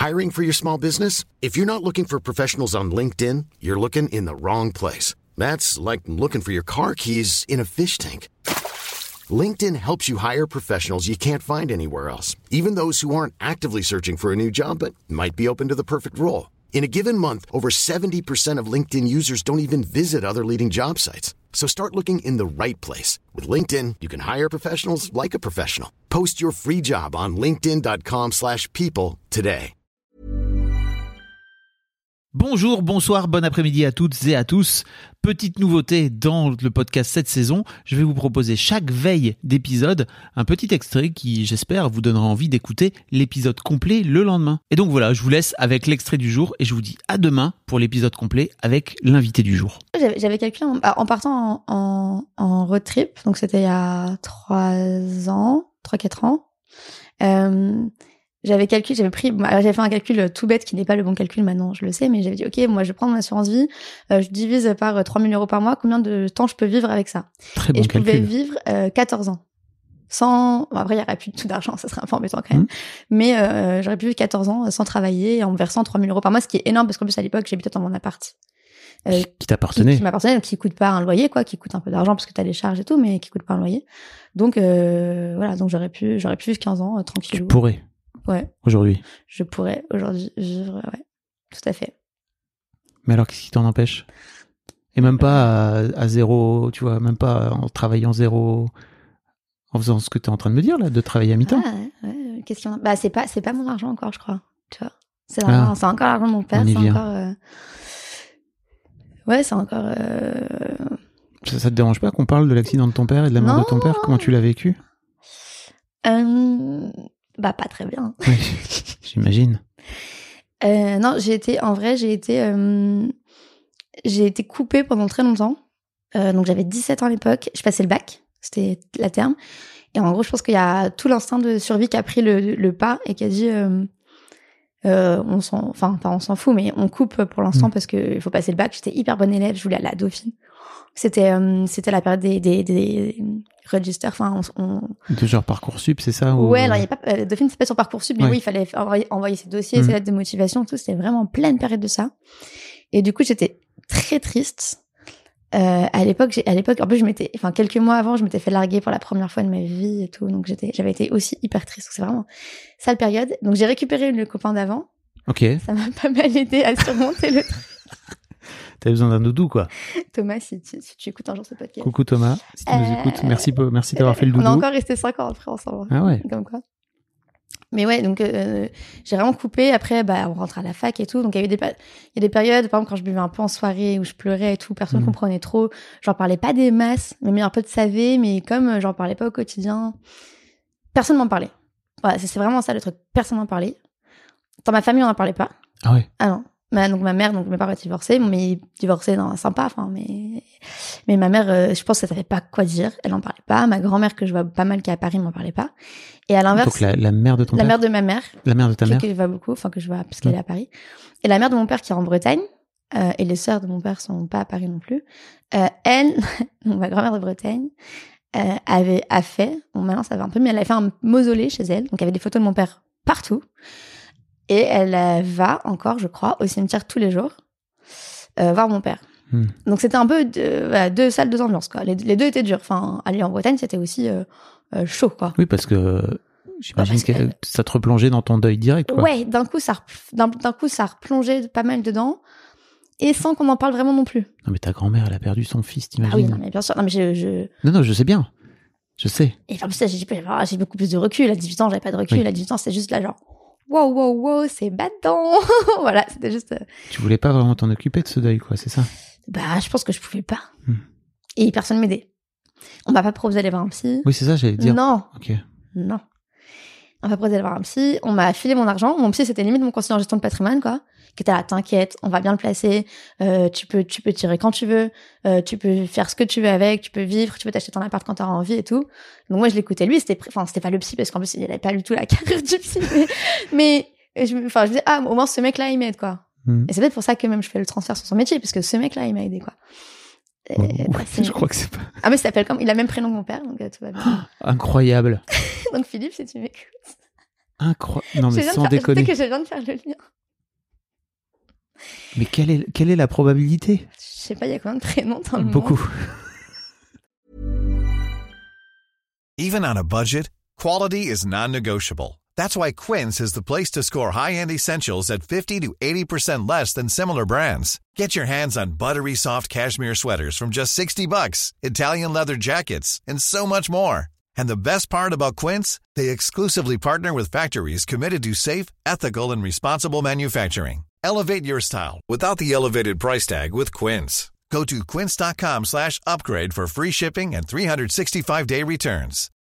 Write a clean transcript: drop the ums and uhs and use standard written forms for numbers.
Hiring for your small business? If you're not looking for professionals on LinkedIn, you're looking in the wrong place. That's like looking for your car keys in a fish tank. LinkedIn helps you hire professionals you can't find anywhere else, even those who aren't actively searching for a new job but might be open to the perfect role. In a given month, over 70% of LinkedIn users don't even visit other leading job sites. So start looking in the right place. With LinkedIn, you can hire professionals like a professional. Post your free job on linkedin.com/people today. Bonjour, bonsoir, bon après-midi à toutes et à tous. Petite nouveauté dans le podcast cette saison, je vais vous proposer chaque veille d'épisode un petit extrait qui, j'espère, vous donnera envie d'écouter l'épisode complet le lendemain. Et donc voilà, je vous laisse avec l'extrait du jour et je vous dis à demain pour l'épisode complet avec l'invité du jour. J'avais calculé en partant en road trip, donc c'était il y a 3-4 ans. J'avais fait un calcul tout bête qui n'est pas le bon calcul maintenant, je le sais, mais j'avais dit, ok, moi je vais prendre mon assurance vie, je divise par 3 000 € par mois, combien de temps je peux vivre avec ça? Très bon et je calcul. pouvais vivre 14 ans. Bon, après, il n'y aurait plus tout d'argent, ça serait un peu embêtant quand même. Mais j'aurais pu vivre 14 ans sans travailler, en me versant 3 000 € par mois, ce qui est énorme, parce qu'en plus à l'époque, j'habitais dans mon appart. Qui t'appartenait. Qui m'appartenait, donc qui coûte pas un loyer, quoi, qui coûte un peu d'argent parce que t'as des charges et tout, mais qui coûte pas un loyer. Donc voilà, donc j'aurais pu vivre 15 ans tranquille. Tu pourrais. Ouais. Aujourd'hui. Je pourrais aujourd'hui vivre, ouais. Tout à fait. Mais alors, qu'est-ce qui t'en empêche? Et même pas à zéro, tu vois, même pas en travaillant zéro, en faisant ce que t'es en train de me dire, là, de travailler à mi-temps. Ah, ouais. Qu'est-ce qu'il y en a? Bah, c'est pas mon argent encore, je crois. Tu vois. C'est encore l'argent de mon père. On y vient. Encore, ouais, c'est encore, Ça te dérange pas qu'on parle de l'accident de ton père et de la mort de ton père? Comment tu l'as vécu? Bah, pas très bien. Oui, j'imagine. Non, j'ai été coupée pendant très longtemps. Donc j'avais 17 ans à l'époque. Je passais le bac, c'était la terme. Et en gros, je pense qu'il y a tout l'instinct de survie qui a pris le pas et qui a dit, on s'en fout, mais on coupe pour l'instant parce que il faut passer le bac. J'étais hyper bonne élève, je voulais aller à Dauphine. C'était la période des register, De genre Parcoursup, c'est ça? Ouais, alors il y a pas Dauphine, c'est pas sur Parcoursup, mais ouais. oui, il fallait envoyer ses dossiers, ses lettres de motivation, tout. C'était vraiment pleine période de ça. Et du coup, j'étais très triste. À l'époque, en plus, quelques mois avant, je m'étais fait larguer pour la première fois de ma vie et tout, donc j'avais été aussi hyper triste. Donc c'est vraiment sale période. Donc j'ai récupéré le copain d'avant. Ok. Ça m'a pas mal aidé à surmonter le truc. T'avais besoin d'un doudou, quoi. Thomas, si tu écoutes un jour ce podcast. Coucou Thomas, si tu nous écoutes, merci d'avoir fait le doudou. On a encore resté 5 ans après ensemble. Ah ouais. Comme quoi. Mais ouais, donc j'ai vraiment coupé. Après, on rentre à la fac et tout. Donc il y a des périodes, par exemple quand je buvais un peu en soirée où je pleurais et tout, personne comprenait trop. J'en parlais pas des masses. Mes meilleurs potes savaient, mais comme j'en parlais pas au quotidien, personne m'en parlait. Voilà, c'est vraiment ça le truc. Personne m'en parlait. Dans ma famille, on n'en parlait pas. Ah ouais. Ah non. Donc ma mère, mes parents étaient divorcés, mais divorcés dans sympa, mais ma mère, je pense qu'elle savait pas quoi dire, elle en parlait pas. Ma grand-mère que je vois pas mal qui est à Paris m'en parlait pas. Et à l'inverse, donc la mère de ton père. La mère de ma mère. La mère de ta mère. Que je vois beaucoup, que je vois parce qu'elle est à Paris. Et la mère de mon père qui est en Bretagne, et les sœurs de mon père sont pas à Paris non plus. Elle, donc ma grand-mère de Bretagne, a fait, maintenant ça va un peu, mais elle a fait un mausolée chez elle, donc il y avait des photos de mon père partout. Et elle va encore, je crois, au cimetière tous les jours voir mon père. Donc c'était un peu deux salles, deux ambiances, quoi. Les deux étaient durs. Aller en Bretagne, c'était aussi chaud, quoi. Oui, parce que j'imagine que ça te replongeait dans ton deuil direct, quoi. Ouais, d'un coup, ça replongeait pas mal dedans. Et sans qu'on en parle vraiment non plus. Non, mais ta grand-mère, elle a perdu son fils, t'imagines? Ah oui, non, mais bien sûr. Non, mais Non, je sais bien. Je sais. Et en plus, j'ai beaucoup plus de recul. À 18 ans, j'avais pas de recul. Oui. À 18 ans, c'était juste là, genre... Wow, c'est battant. Voilà, c'était juste... Tu voulais pas vraiment t'en occuper de ce deuil, quoi, c'est ça? Je pense que je pouvais pas. Et personne m'aidait. On m'a pas proposé d'aller voir un psy. Oui, c'est ça, j'allais dire. Non. Ok. Non. On m'a proposé d'aller voir un psy. On m'a filé mon argent. Mon psy, c'était limite mon conseiller en gestion de patrimoine, quoi. Qui était là, t'inquiète, on va bien le placer. Tu peux tirer quand tu veux. Tu peux faire ce que tu veux avec. Tu peux vivre. Tu peux t'acheter ton appart quand t'auras envie et tout. Donc moi, je l'écoutais lui. C'était pas le psy parce qu'en plus, il avait pas du tout la carrure du psy. Mais je me disais, au moins, ce mec-là, il m'aide, quoi. Et c'est peut-être pour ça que même je fais le transfert sur son métier, parce que ce mec-là, il m'a aidé, quoi. Je crois que c'est pas... Ah, mais il s'appelle comme... Il a le même prénom que mon père, donc tout va bien. Incroyable. Donc Philippe, si tu m'écoutes. Incroyable. Non, mais sans déconner. Je sais que je viens de faire le lien. Mais quelle est la probabilité? Je sais pas, il y a combien de prénoms dans le monde? Beaucoup. Even on a budget, quality is non-negotiable. That's why Quince is the place to score high-end essentials at 50 to 80% less than similar brands. Get your hands on buttery soft cashmere sweaters from just $60, Italian leather jackets, and so much more. And the best part about Quince, they exclusively partner with factories committed to safe, ethical, and responsible manufacturing. Elevate your style without the elevated price tag with Quince. Go to quince.com/upgrade for free shipping and 365-day returns.